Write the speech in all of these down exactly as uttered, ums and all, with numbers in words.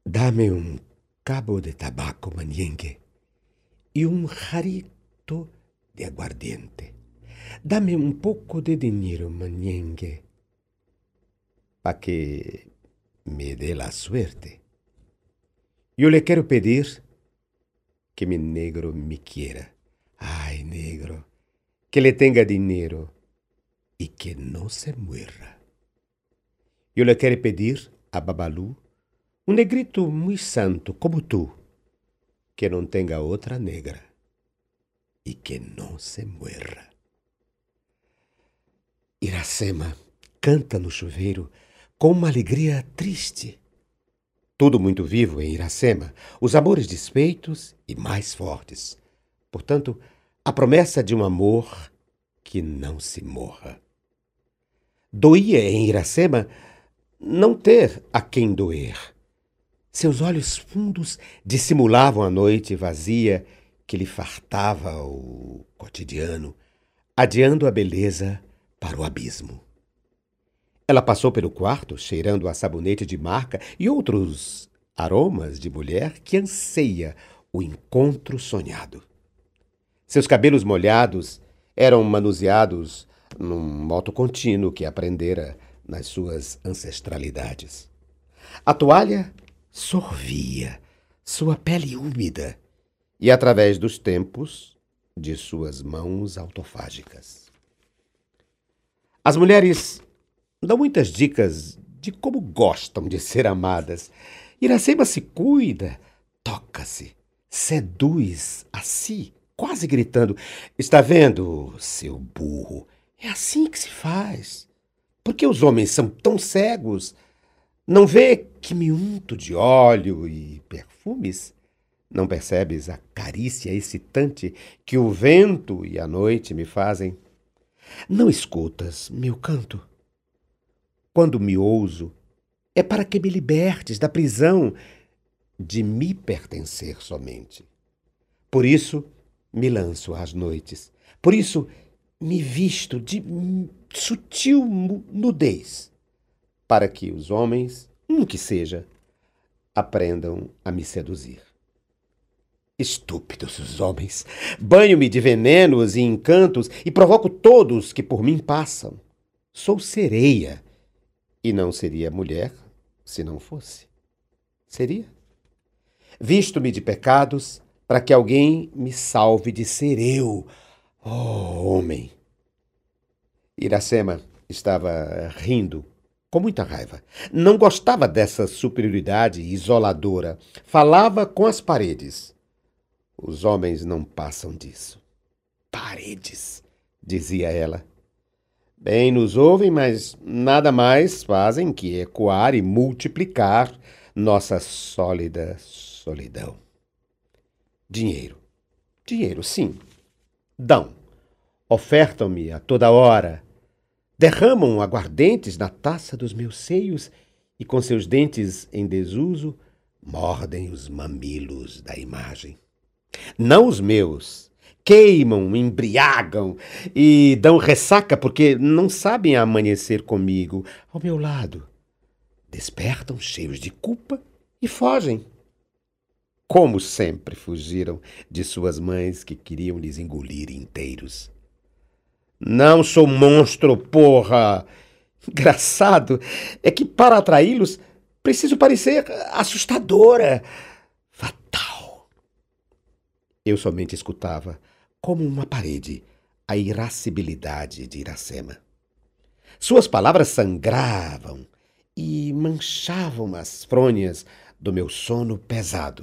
Dame um cabo de tabaco maniengue e um jarrito de aguardiente. Dame um pouco de dinheiro maniengue para que me dê la suerte. Eu lhe quero pedir que mi negro me quiera. Ai, negro, que le tenga dinheiro e que não se muera. Eu lhe quero pedir a Babalu, um negrito muito santo como tu, que não tenha outra negra e que não se muera. Iracema canta no chuveiro com uma alegria triste. Tudo muito vivo em Iracema, os amores desfeitos e mais fortes. Portanto, a promessa de um amor que não se morra. Doía em Iracema não ter a quem doer. Seus olhos fundos dissimulavam a noite vazia que lhe fartava o cotidiano, adiando a beleza para o abismo. Ela passou pelo quarto, cheirando a sabonete de marca e outros aromas de mulher que anseia o encontro sonhado. Seus cabelos molhados eram manuseados num moto contínuo que aprendera nas suas ancestralidades. A toalha sorvia sua pele úmida e através dos tempos de suas mãos autofágicas. As mulheres dão muitas dicas de como gostam de ser amadas. Iracema se cuida, toca-se, seduz a si, quase gritando: "Está vendo, seu burro? É assim que se faz. Por que os homens são tão cegos? Não vê que me unto de óleo e perfumes? Não percebes a carícia excitante que o vento e a noite me fazem? Não escutas meu canto? Quando me ouso, é para que me libertes da prisão de me pertencer somente. Por isso me lanço às noites. Por isso me visto de sutil nudez, para que os homens, um que seja, aprendam a me seduzir. Estúpidos os homens! Banho-me de venenos e encantos e provoco todos que por mim passam. Sou sereia, e não seria mulher se não fosse. Seria? Visto-me de pecados para que alguém me salve de ser eu, oh homem. Iracema estava rindo com muita raiva. Não gostava dessa superioridade isoladora. Falava com as paredes. Os homens não passam disso. Paredes, dizia ela. Bem, nos ouvem, mas nada mais fazem que ecoar e multiplicar nossa sólida solidão. Dinheiro. Dinheiro, sim. Dão. Ofertam-me a toda hora. Derramam aguardentes na taça dos meus seios e, com seus dentes em desuso, mordem os mamilos da imagem. Não os meus. Queimam, embriagam e dão ressaca porque não sabem amanhecer comigo, ao meu lado. Despertam cheios de culpa e fogem. Como sempre fugiram de suas mães que queriam lhes engolir inteiros. Não sou monstro, porra! Engraçado é que para atraí-los preciso parecer assustadora, fatal. Eu somente escutava, como uma parede, a irascibilidade de Iracema. Suas palavras sangravam e manchavam as fronhas do meu sono pesado.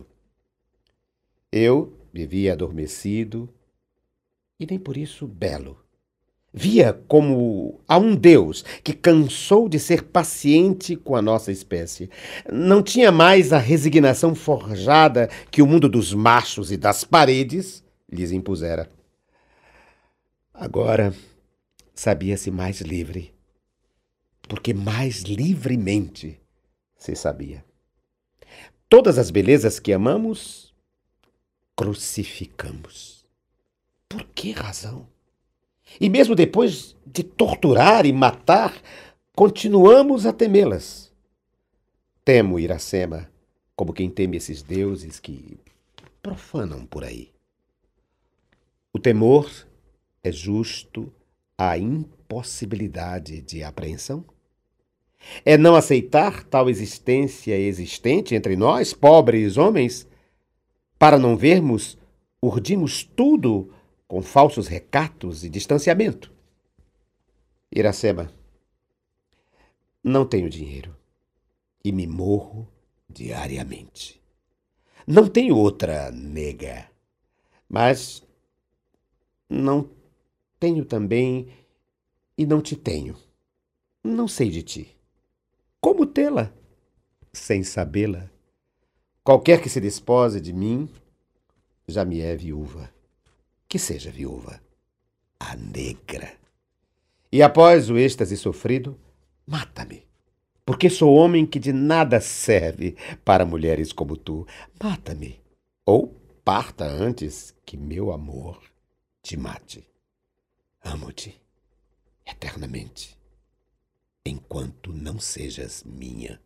Eu vivia adormecido e nem por isso belo. Via como a um Deus que cansou de ser paciente com a nossa espécie. Não tinha mais a resignação forjada que o mundo dos machos e das paredes lhes impusera. Agora sabia-se mais livre, porque mais livremente se sabia. Todas as belezas que amamos, crucificamos. Por que razão? E mesmo depois de torturar e matar, continuamos a temê-las. Temo Iracema, como quem teme esses deuses que profanam por aí. O temor é justo a impossibilidade de apreensão? É não aceitar tal existência existente entre nós, pobres homens, para não vermos, urdimos tudo com falsos recatos e distanciamento. Iracema, não tenho dinheiro e me morro diariamente. Não tenho outra nega, mas não tenho também e não te tenho. Não sei de ti. Como tê-la sem sabê-la? Qualquer que se despose de mim já me é viúva. Que seja viúva, a negra. E após o êxtase sofrido, mata-me, porque sou homem que de nada serve para mulheres como tu. Mata-me, ou parta antes que meu amor te mate. Amo-te eternamente, enquanto não sejas minha.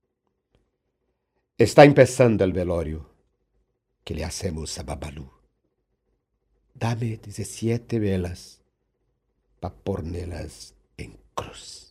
Está empezando el velorio que le hacemos a Babalu. Dame diecisiete velas para ponerlas en cruz.